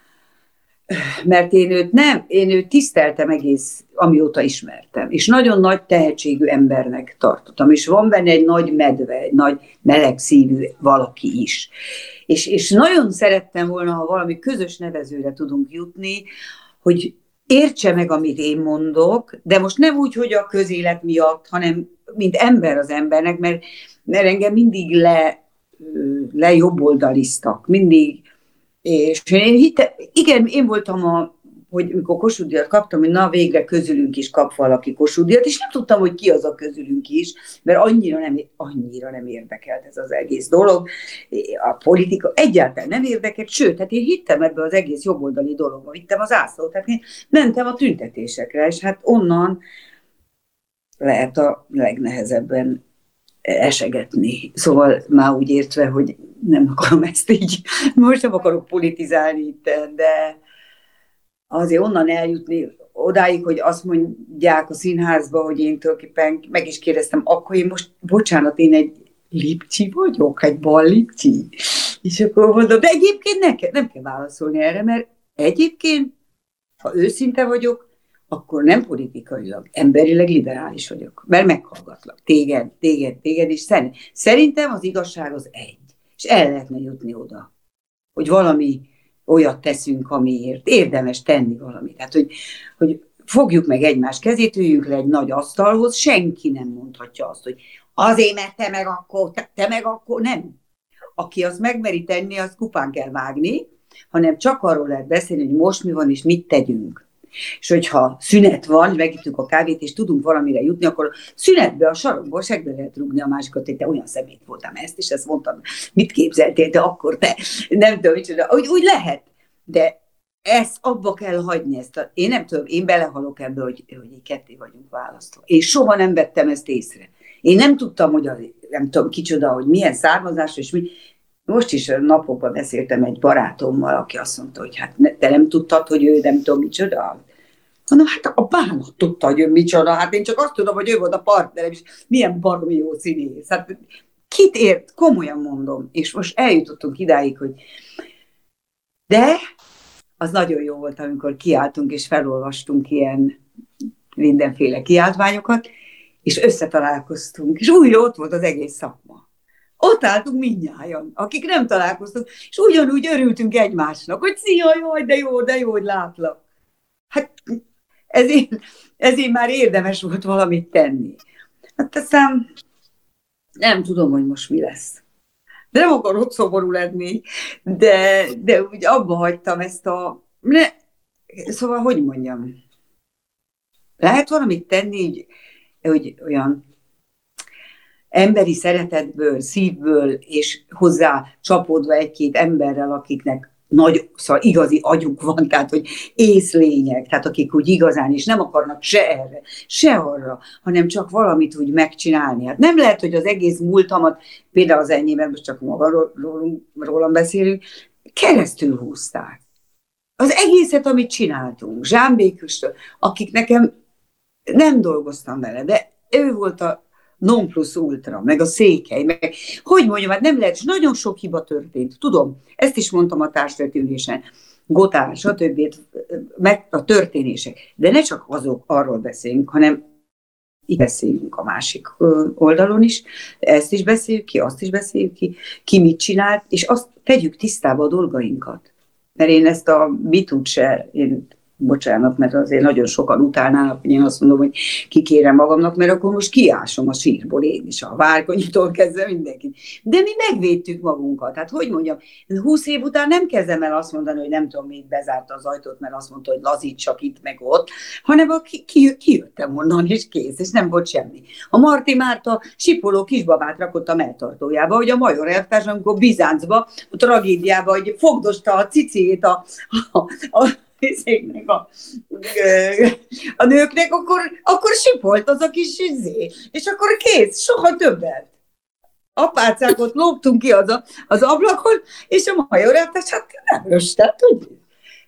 mert én őt tiszteltem egész, amióta ismertem, és nagyon nagy tehetségű embernek tartottam, és van benne egy nagy medve, egy nagy melegszívű valaki is. És nagyon szerettem volna, ha valami közös nevezőre tudunk jutni, hogy értse meg, amit én mondok, de most nem úgy, hogy a közélet miatt, hanem mint ember az embernek, mert engem mindig lejobboldaliztak, mindig. És én hittem, igen, én voltam hogy amikor Kossuth-díjat kaptam, hogy na végre közülünk is kap valaki Kossuth-díjat, és nem tudtam, hogy ki az a közülünk is, mert annyira nem érdekelt ez az egész dolog. A politika egyáltalán nem érdekelt, sőt, hát én hittem ebbe az egész jobboldali dologba, hittem az ászlót, tehát én mentem a tüntetésekre, és hát onnan lehet a legnehezebben esegetni. Szóval már úgy értve, hogy nem akarom ezt így, most nem akarok politizálni itt, de azért onnan eljutni odáig, hogy azt mondják a színházba, hogy én tulajdonképpen meg is kérdeztem, akkor én most, bocsánat, én egy lipcsi vagyok, egy bal lipcsi. És akkor mondom, de egyébként nem kell válaszolni erre, mert egyébként, ha őszinte vagyok, akkor nem politikailag, emberileg liberális vagyok, mert meghallgatlak téged is. Szerintem az igazság az egy, és el lehetne jutni oda, hogy valami olyat teszünk, amiért érdemes tenni valamit. Tehát, hogy fogjuk meg egymás kezét, üljünk le egy nagy asztalhoz, senki nem mondhatja azt, hogy azért, mert te meg akkor, nem. Aki azt megmeri tenni, azt kupán kell vágni, hanem csak arról lehet beszélni, hogy most mi van, és mit tegyünk. És hogyha szünet van, megittük a kávét, és tudunk valamire jutni, akkor szünetbe, a sarokból segbe lehet rúgni a másikat, hogy te olyan szemét voltam ezt mondtam, mit képzeltél te akkor, te nem tudom, micsoda, úgy lehet. De ezt abba kell hagyni. Én nem tudom, én belehalok ebbe, hogy így ketté vagyunk választva. És soha nem vettem ezt észre. Én nem tudtam, hogy nem tudom kicsoda, hogy milyen származás, és mi. Most is napokban beszéltem egy barátommal, aki azt mondta, hogy hát te nem tudtad, hogy ő nem tudom micsoda. Mondom, hát a bánat tudta, hogy ő micsoda. Hát én csak azt tudom, hogy ő volt a partnerem, és milyen baromi jó színész. Hát kit ért? Komolyan mondom. És most eljutottunk idáig, hogy de az nagyon jó volt, amikor kiálltunk, és felolvastunk ilyen mindenféle kiáltványokat, és összetalálkoztunk, és újra ott volt az egész szakma. Ott álltunk mindnyájan, akik nem találkoztunk, és ugyanúgy örültünk egymásnak, hogy szia, jaj, de jó, hogy látlak. Hát ezért már érdemes volt valamit tenni. Hát aztán nem tudom, hogy most mi lesz. De nem akarok szomorú lenni, de úgy abba hagytam ezt Szóval, hogy mondjam, lehet valamit tenni, hogy olyan emberi szeretetből, szívből, és hozzá csapódva egy-két emberrel, akiknek szóval igazi agyuk van, tehát hogy észlények, tehát akik úgy igazán is nem akarnak se erre, se arra, hanem csak valamit úgy megcsinálni. Hát nem lehet, hogy az egész múltamat, például az enyémet, most csak rólam beszélünk, keresztül húzták. Az egészet, amit csináltunk, Zsámbékustól, akik nekem nem dolgoztam vele, de ő volt a non plus ultra, meg a Székely, meg hogy mondjam, hát nem lehet, és nagyon sok hiba történt, tudom, ezt is mondtam a társadalmi ülésen, Gotár, stb. Meg a történések, de ne csak arról beszélünk, hanem így beszéljünk a másik oldalon is, ezt is beszéljük ki, azt is beszéljük ki mit csinált, és azt tegyük tisztába a dolgainkat. Mert én ezt a bitút se, bocsánat, mert azért nagyon sokan utálnának, hogy én azt mondom, hogy kikérem magamnak, mert akkor most kiásom a sírból én is, a Várkonyitól kezdve mindenkit. De mi megvédtük magunkat. Hát hogy mondjam, 20 év után nem kezdem el azt mondani, hogy nem tudom, mit bezárta az ajtót, mert azt mondta, hogy lazítsak itt meg ott, hanem kijöttem onnan, és kész, és nem volt semmi. A Marti Márta sipoló kisbabát rakott a melltartójába, hogy a Major elvtárs, amikor Bizáncba, a tragédiába, hogy fogdosta a cicét a nőknek, akkor sipolt az a kis izé, és akkor kész, soha többet. Apácákot lógtunk ki az ablakon, és a Major elvtárs, hát nem röstelt, tudjuk.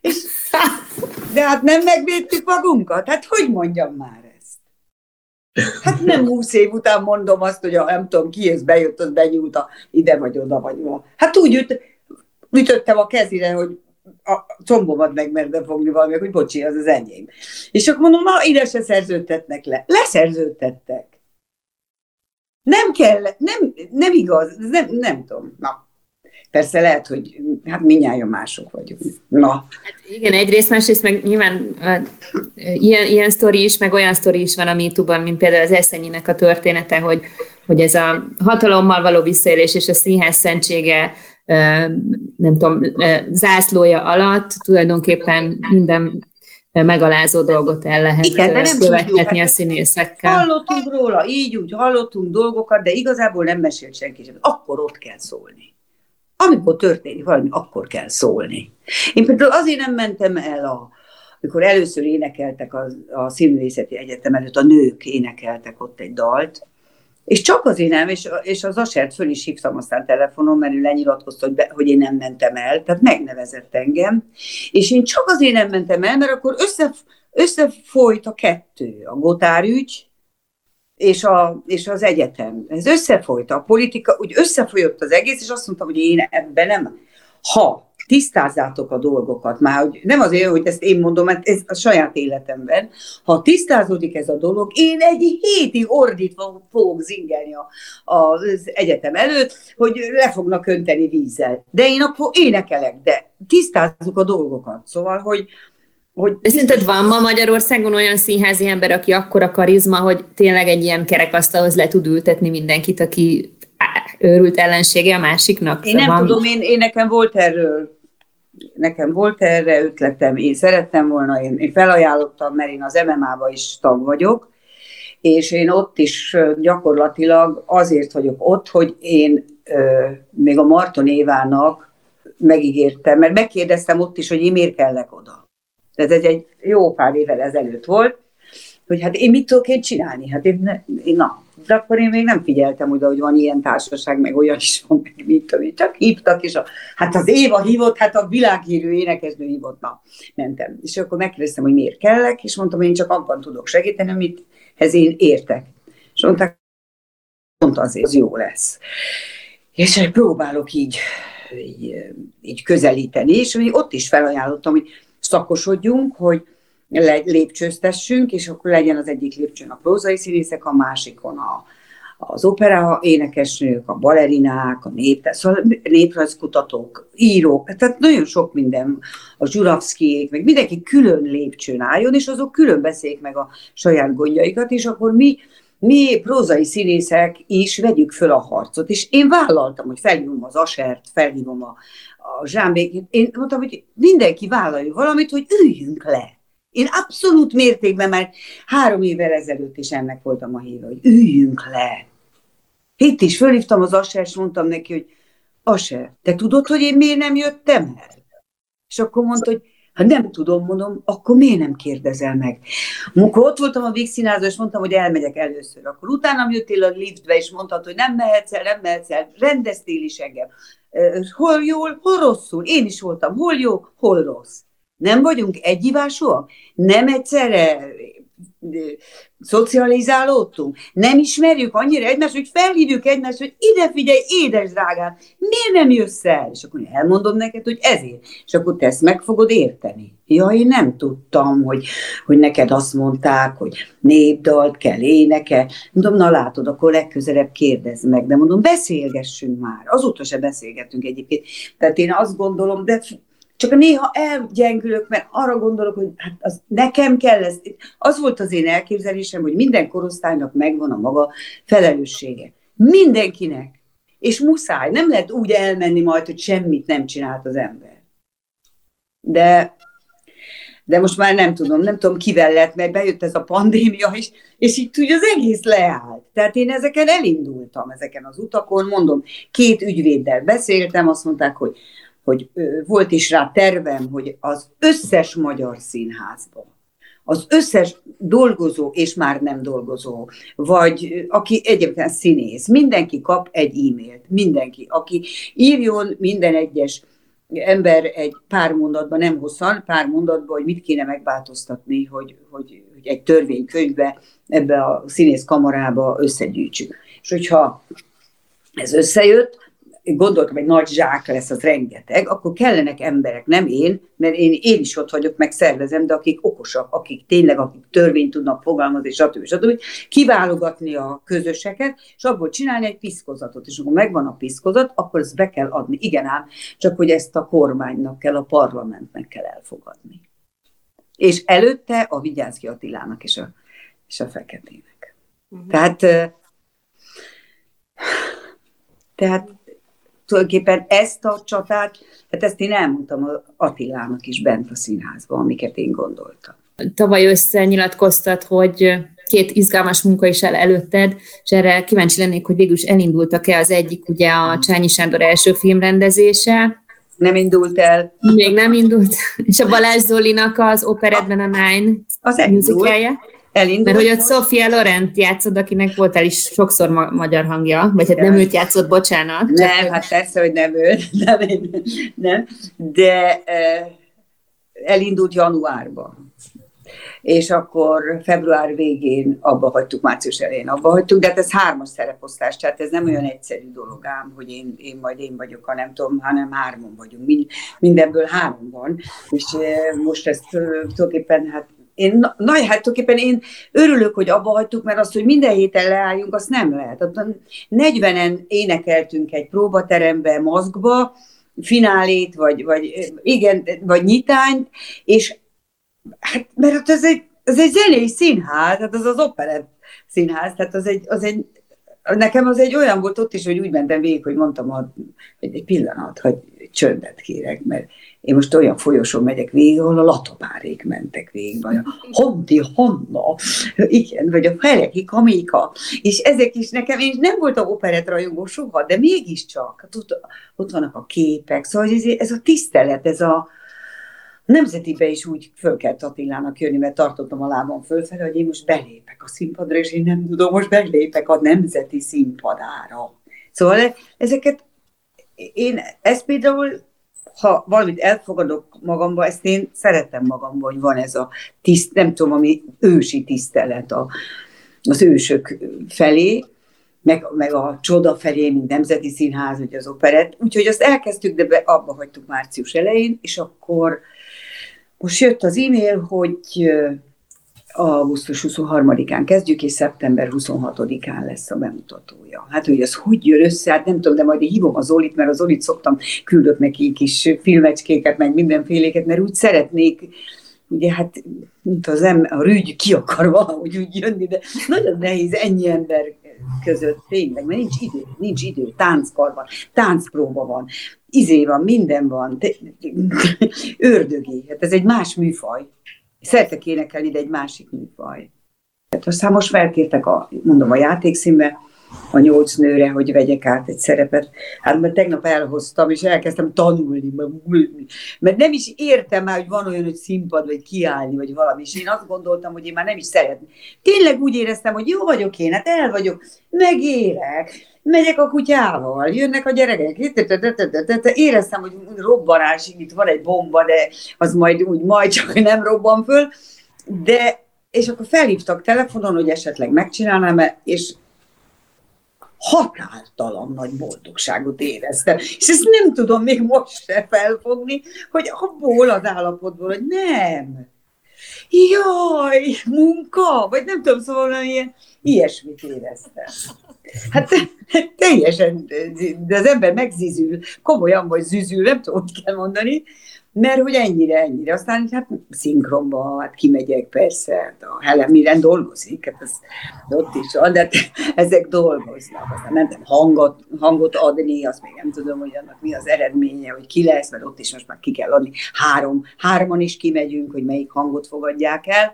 De hát nem megvédtük magunkat, hát hogy mondjam már ezt? Hát nem 20 év után mondom azt, hogy nem tudom, ki ez bejött, az benyúlt ide vagy oda vagy ma. Hát úgy ütöttem a kezére, hogy a combomat megmerte fogni valami, hogy bocsi, az enyém. És akkor mondom, na, ide se szerződtetnek le. Leszerződtettek. Nem kell, nem igaz, nem tudom. Na, persze lehet, hogy hát mindnyájan mások vagyunk. Na. Hát igen, egyrészt, másrészt meg nyilván ilyen sztori is, meg olyan sztori is van a MeToo-ban, mint például az Eszenyinek a története, hogy ez a hatalommal való visszaélés és a színház szentsége nem tudom, zászlója alatt tulajdonképpen minden megalázó dolgot el lehet követhetni a színészekkel. Hallottunk róla, így úgy hallottunk dolgokat, de igazából nem mesélt senki sem. Akkor ott kell szólni. Amikor történik valami, akkor kell szólni. Én például azért nem mentem el, amikor először énekeltek a Színművészeti Egyetem előtt, a nők énekeltek ott egy dalt, és csak azért nem, és az Asert föl is hívtam aztán telefonon, mert ő lenyilatkozta, hogy én nem mentem el, tehát megnevezett engem, és én csak azért nem mentem el, mert akkor összefolyt a kettő, a Gotár ügy és az egyetem. Ez összefolyt, a politika, úgy összefolyott az egész, és azt mondtam, hogy én ebben nem. Ha tisztázzátok a dolgokat, már hogy nem azért, hogy ezt én mondom, mert ez a saját életemben, ha tisztázódik ez a dolog, én egy hétig ordítva fogok zingelni az egyetem előtt, hogy le fognak önteni vízzel. De én akkor énekelek, de tisztázzuk a dolgokat. Szóval, hogy de szerinted van ma Magyarországon olyan színházi ember, aki akkora karizma, hogy tényleg egy ilyen kerekasztalhoz le tud ültetni mindenkit, aki őrült ellensége a másiknak? Én nem tudom, én nekem volt erre ötletem, én szerettem volna, én felajánlottam, mert én az MMA-ba is tag vagyok, és én ott is gyakorlatilag azért vagyok ott, hogy én még a Marton Évának megígértem, mert megkérdeztem ott is, hogy én miért kellek oda. Tehát ez egy jó pár évvel ezelőtt volt, hogy hát én mit tudok én csinálni? Hát de akkor én még nem figyeltem oda, hogy van ilyen társaság, meg olyan is van, meg mit tudom én, csak hívtak, és hát az Éva hívott, hát a világhírű énekesnő hívott, mentem. És akkor megkérdeztem, hogy miért kellek, és mondtam, hogy én csak abban tudok segíteni, amithez én értek. És mondták, pont azért, az jó lesz. És próbálok így közelíteni, és ott is felajánlottam, hogy szakosodjunk, hogy lépcsőztessünk, és akkor legyen az egyik lépcsőn a prózai színészek, a másikon az opera énekesnők, a balerinák, a néprajzkutatók, írók, tehát nagyon sok minden, a Zsuravszkijék, meg mindenki külön lépcsőn álljon, és azok külön beszéljék meg a saját gondjaikat, és akkor mi prózai színészek is vegyük föl a harcot. És én vállaltam, hogy felhívom az Asert, felhívom a Zsámbékét. Én mondtam, hogy mindenki vállalja valamit, hogy üljünk le. Én abszolút mértékben már 3 évvel ezelőtt is ennek voltam a híve, hogy üljünk le. Itt is fölhívtam az Asert, és mondtam neki, hogy Aser, te tudod, hogy én miért nem jöttem el? És akkor mondta, hogy hát nem tudom, mondom, akkor miért nem kérdezel meg? Amikor ott voltam a Víg Színházban, és mondtam, hogy elmegyek először, akkor utána jöttél a liftbe, és mondtad, hogy nem mehetsz el, rendeztél is engem. Hol jól, hol rosszul? Én is voltam, hol jó, hol rossz. Nem vagyunk egyivásúak? Nem egyszerre szocializálódtunk? Nem ismerjük annyira egymást, hogy felhívjuk egymást, hogy ide figyelj, édes drágám, miért nem jössz el? És akkor elmondom neked, hogy ezért. És akkor te ezt meg fogod érteni. Ja, én nem tudtam, hogy neked azt mondták, hogy népdalt kell énekel. Mondom, na látod, akkor legközelebb kérdezd meg. De mondom, beszélgessünk már. Azóta se beszélgettünk egyébként. Tehát én azt gondolom, de csak néha elgyengülök, mert arra gondolok, hogy hát az nekem kell ez. Az volt az én elképzelésem, hogy minden korosztálynak megvan a maga felelőssége. Mindenkinek. És muszáj. Nem lehet úgy elmenni majd, hogy semmit nem csinált az ember. De most már nem tudom kivel lett, mert bejött ez a pandémia is, és így úgy az egész leállt. Tehát én ezeken elindultam, ezeken az utakon, mondom, 2 ügyvéddel beszéltem, azt mondták, hogy volt is rá tervem, hogy az összes magyar színházban, az összes dolgozó és már nem dolgozó, vagy aki egyébként színész, mindenki kap egy e-mailt, mindenki, aki írjon minden egyes ember egy pár mondatban, nem hosszan, pár mondatban, hogy mit kéne megváltoztatni, hogy egy törvénykönyvbe, ebbe a színész kamarába összegyűjtsük. És hogyha ez összejött, gondoltam, egy nagy zsák lesz, az rengeteg, akkor kellenek emberek, nem én, mert én is ott vagyok, meg szervezem, de akik okosak, akik törvényt tudnak fogalmazni, stb. Kiválogatni a közöseket, és abból csinálni egy piszkozatot, és akkor megvan a piszkozat, akkor ezt be kell adni. Igen ám, csak hogy ezt a kormánynak kell, a parlamentnek kell elfogadni. És előtte a Vigyánszky Attilának és a Feketének. Tehát tulajdonképpen ezt a csatát, hát ezt én elmondtam az Attilának is bent a színházban, amiket én gondoltam. Tavaly össze nyilatkoztat, hogy 2 izgalmas munka is előtted, és erre kíváncsi lennék, hogy végül is elindultak-e. Az egyik ugye a Csányi Sándor első filmrendezése. Nem indult el. Még nem indult. És a Balázs Zolinak az Operetben a Nine musicalje. Elindult. Mert hogy ott Sophia Lorent játszod, akinek voltál is sokszor magyar hangja, vagy hát nem őt játszott, bocsánat. Nem, hát persze, hogy nem őt, nem. De elindult januárban. És akkor február végén abba hagytuk, március elején abba hagytuk, de hát ez 3-as szereposztás, tehát ez nem olyan egyszerű dolog ám, hogy én vagyok, ha nem tudom, hanem 3-on vagyunk. Mindenből 3 van, és most ezt tulajdonképpen tulajdonképpen én örülök, hogy abba hagytuk, mert azt, hogy minden héten leálljunk, azt nem lehet. 40-en énekeltünk egy próbaterembe, maszkba, finálét, vagy nyitányt, és hát, mert ez egy zenei színház, hát az operett színház, tehát nekem az egy olyan volt ott is, hogy úgy mentem végig, hogy mondtam, egy pillanat, hogy csöndet kérek, mert én most olyan folyosón megyek végig, ahol a Latobárék mentek végig, vagy a Hondi Hanna, igen, vagy a Feleki Kamika, és ezek is nekem, én nem voltam operettrajongó soha, de mégiscsak, ott vannak a képek, szóval ez a tisztelet, ez a Nemzetibe is úgy föl kellett Attilának jönni, mert tartottam a lábam fölfele, hogy én most belépek a színpadra, és én nem tudom, most belépek a Nemzeti Színpadára. Szóval ezeket, ezt például, ha valamit elfogadok magamba, ezt én szeretem magamba, hogy van ez a nem tudom, ami ősi tisztelet az ősök felé, meg a csoda felé, mint Nemzeti Színház, vagy az operett. Úgyhogy azt elkezdtük, de abba hagytuk március elején, és akkor most jött az e-mail, hogy augusztus 23-án kezdjük, és szeptember 26-án lesz a bemutatója. Hát, hogy ez hogy jön össze, hát nem tudom, de majd én hívom a Zolit, mert a Zolit szoktam, küldök neki kis filmecskéket, meg mindenféléket, mert úgy szeretnék, ugye hát, mint a rügy ki akar valahogy úgy jönni, de nagyon nehéz ennyi ember között tényleg, mert nincs idő, tánckar van, táncpróba van, van, minden van, ördögi, hát ez egy más műfaj. Szeretek énekelni, de egy másik műfaj. Tehát aztán most felkértek a játékszínbe, a 8 nőre, hogy vegyek át egy szerepet. Hát mert tegnap elhoztam, és elkezdtem tanulni, mert nem is értem már, hogy van olyan, hogy színpad, vagy kiállni, vagy valami, és én azt gondoltam, hogy én már nem is szeretném. Tényleg úgy éreztem, hogy jó vagyok én, hát el vagyok, megélek, megyek a kutyával, jönnek a gyerekek, éreztem, hogy robbanás, itt van egy bomba, de az majd csak nem robban föl, és akkor felhívtak telefonon, hogy esetleg megcsinálnám, és határtalan nagy boldogságot éreztem. És ezt nem tudom még most se felfogni, hogy abból az állapotból, hogy nem. Jaj, munka, vagy nem tudom, szóval ilyesmit éreztem. Hát teljesen, de az ember megzizül, komolyan vagy züzül, nem tudom, hogy kell mondani, mert hogy ennyire. Aztán hát szinkronba, hát kimegyek persze, hát a Helen Mirren dolgozik, hát ez ott is van, de ezek dolgoznak. Aztán mentem hangot adni, azt még nem tudom, hogy annak mi az eredménye, hogy ki lesz, mert ott is most már ki kell adni. Hárman is kimegyünk, hogy melyik hangot fogadják el.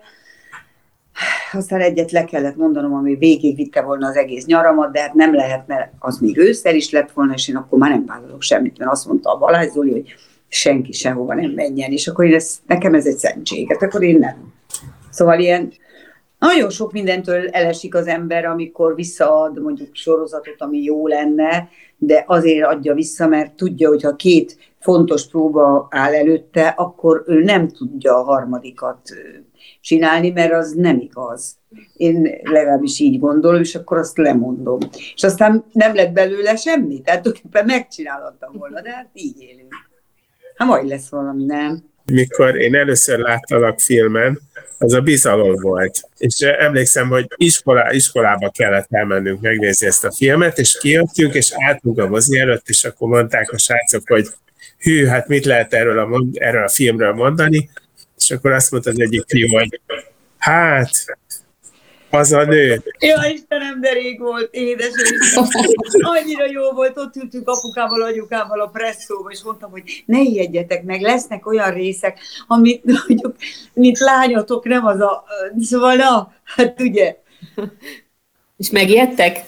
Aztán egyet le kellett mondanom, ami végigvitte volna az egész nyaramat, de hát nem lehet, mert az még ősszel is lett volna, és én akkor már nem vállalok semmit, mert azt mondta a Balázs Zoli, hogy senki sehova nem menjen, és akkor nekem ez egy szentség, hát akkor én nem. Szóval ilyen nagyon sok mindentől elesik az ember, amikor visszaad mondjuk sorozatot, ami jó lenne, de azért adja vissza, mert tudja, hogy ha 2 fontos próba áll előtte, akkor ő nem tudja a harmadikat csinálni, mert az nem igaz. Én legalábbis így gondolom, és akkor azt lemondom. És aztán nem lett belőle semmi, tehát tulajdonképpen megcsinálhattam volna, de hát így élünk. Hát majd lesz valami, nem? Mikor én először láttalak filmen, az a Bizalom volt. És emlékszem, hogy iskolába kellett elmennünk megnézni ezt a filmet, és kijöttünk, és álltunk a mozi előtt, és akkor mondták a srácok, hogy hű, hát mit lehet erről a filmről mondani, és akkor azt mondta az egyik fiú, hogy hát, az a nő. Ja, Istenem, de rég volt, édesem. Annyira jó volt, ott ültünk apukával, anyukámmal a presszóba, és mondtam, hogy ne ijedjetek meg, lesznek olyan részek, amit mondjuk, mint lányotok, nem az a... Szóval, na, hát ugye. És megijedtek?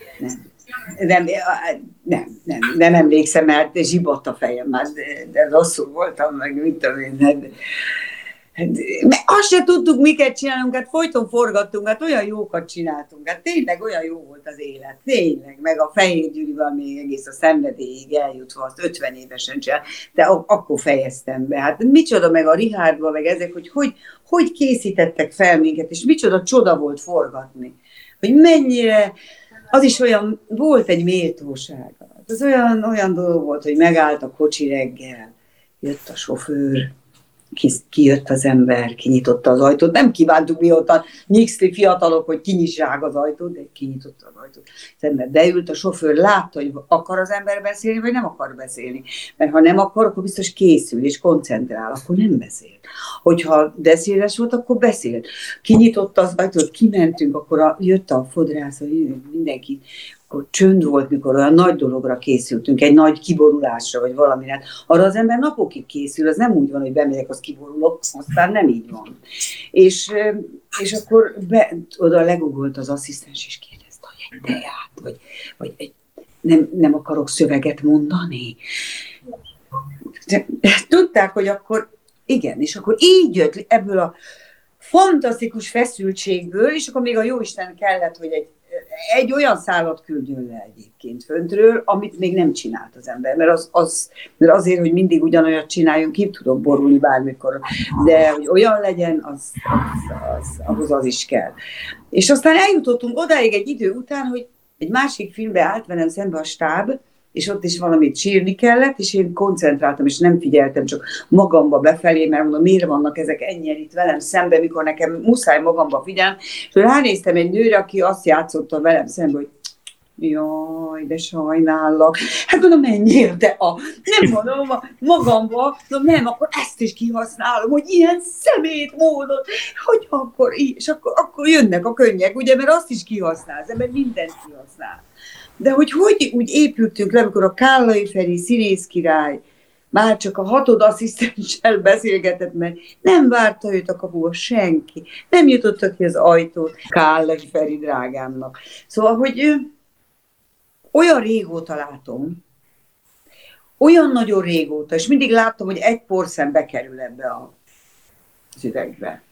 Nem emlékszem, mert zsibott a fejem már, de rosszul voltam, meg mit tudom én. Mert azt se tudtuk, miket csinálunk, hát folyton forgattunk, hát olyan jókat csináltunk, hát tényleg olyan jó volt az élet, tényleg, meg a Fehér Gyurival még egész a szenvedélyig eljutva, azt 50 évesen csinál, de akkor fejeztem be. Hát micsoda meg a Richardba, meg ezek, hogy készítettek fel minket, és micsoda csoda volt forgatni, hogy mennyire, az is olyan, volt egy méltóság, az olyan dolog volt, hogy megállt a kocsi reggel, jött a sofőr, kijött az ember, kinyitotta az ajtót, nem kívántuk mióta nyixli fiatalok, hogy kinyissák az ajtót, de kinyitotta az ajtót. Az ember beült, a sofőr látta, hogy akar az ember beszélni, vagy nem akar beszélni. Mert ha nem akar, akkor biztos készül és koncentrál, akkor nem beszél. Hogyha beszéles volt, akkor beszélt. Kinyitotta az ajtót, kimentünk, akkor jött a fodrász, mindenki akkor csönd volt, mikor olyan nagy dologra készültünk, egy nagy kiborulásra, vagy valamire. Arra az ember napokig készül, az nem úgy van, hogy bemegyek, az kiborulok, aztán nem így van. És akkor oda legugolt az asszisztens, és kérdezte, hogy egy teát, vagy nem akarok szöveget mondani. De tudták, hogy akkor igen, és akkor így jött ebből a fantasztikus feszültségből, és akkor még a jóisten kellett, hogy egy olyan szálat küldjön le egyébként föntről, amit még nem csinált az ember, mert azért, hogy mindig ugyanolyat csináljunk, ki tudok borulni bármikor, de hogy olyan legyen, ahhoz az is kell. És aztán eljutottunk odáig egy idő után, hogy egy másik filmbe állt velem szembe a stáb, és ott is valamit sírni kellett, és én koncentráltam, és nem figyeltem, csak magamba befelé, mert mondom, miért vannak ezek ennyien itt velem szembe, mikor nekem muszáj magamba figyelni. És ránéztem egy nőre, aki azt játszotta velem szembe, hogy jaj, de sajnállak. Hát mondom, menjél te nem mondom, magamba, mondom, nem, akkor ezt is kihasználom, hogy ilyen szemét módon, hogy akkor, és akkor jönnek a könnyek, ugye, mert azt is kihasználsz, mert mindent kihasznál. De hogy úgy épültünk le, amikor a Kállai Feri színészkirály már csak a 6. asszisztenssel beszélgetett, mert nem várta őt a kapuba senki, nem jutott ki az ajtót Kállai Feri drágámnak. Szóval, hogy olyan régóta látom, olyan nagyon régóta, és mindig láttam, hogy egy porszem bekerül ebbe az üvegbe.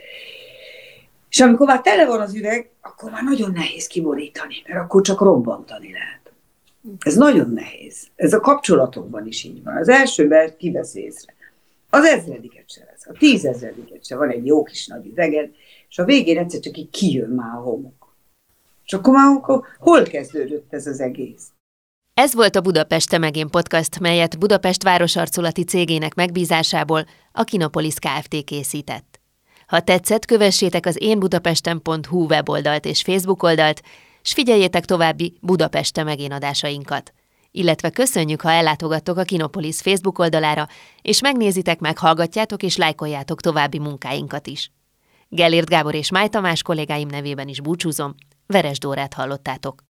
És amikor már tele van az üveg, akkor már nagyon nehéz kiborítani, mert akkor csak robbantani lehet. Ez nagyon nehéz. Ez a kapcsolatokban is így van. Az elsőben kivesz észre. Az 1000-et se lesz. A 10.000-et se. Van egy jó kis nagy üveged, és a végén egyszer csak így kijön már a homok. És akkor már hol kezdődött ez az egész? Ez volt a Budapest Te meg én podcast, melyet Budapest városarculati cégének megbízásából a Kinopolis Kft. Készített. Ha tetszett, kövessétek az énbudapesten.hu weboldalt és Facebook oldalt, s figyeljétek további Budapest Te meg én adásainkat. Illetve köszönjük, ha ellátogattok a Kinopolis Facebook oldalára, és megnézitek, meghallgatjátok és lájkoljátok további munkáinkat is. Gellért Gábor és Máj Tamás kollégáim nevében is búcsúzom, Veres Dórát hallottátok.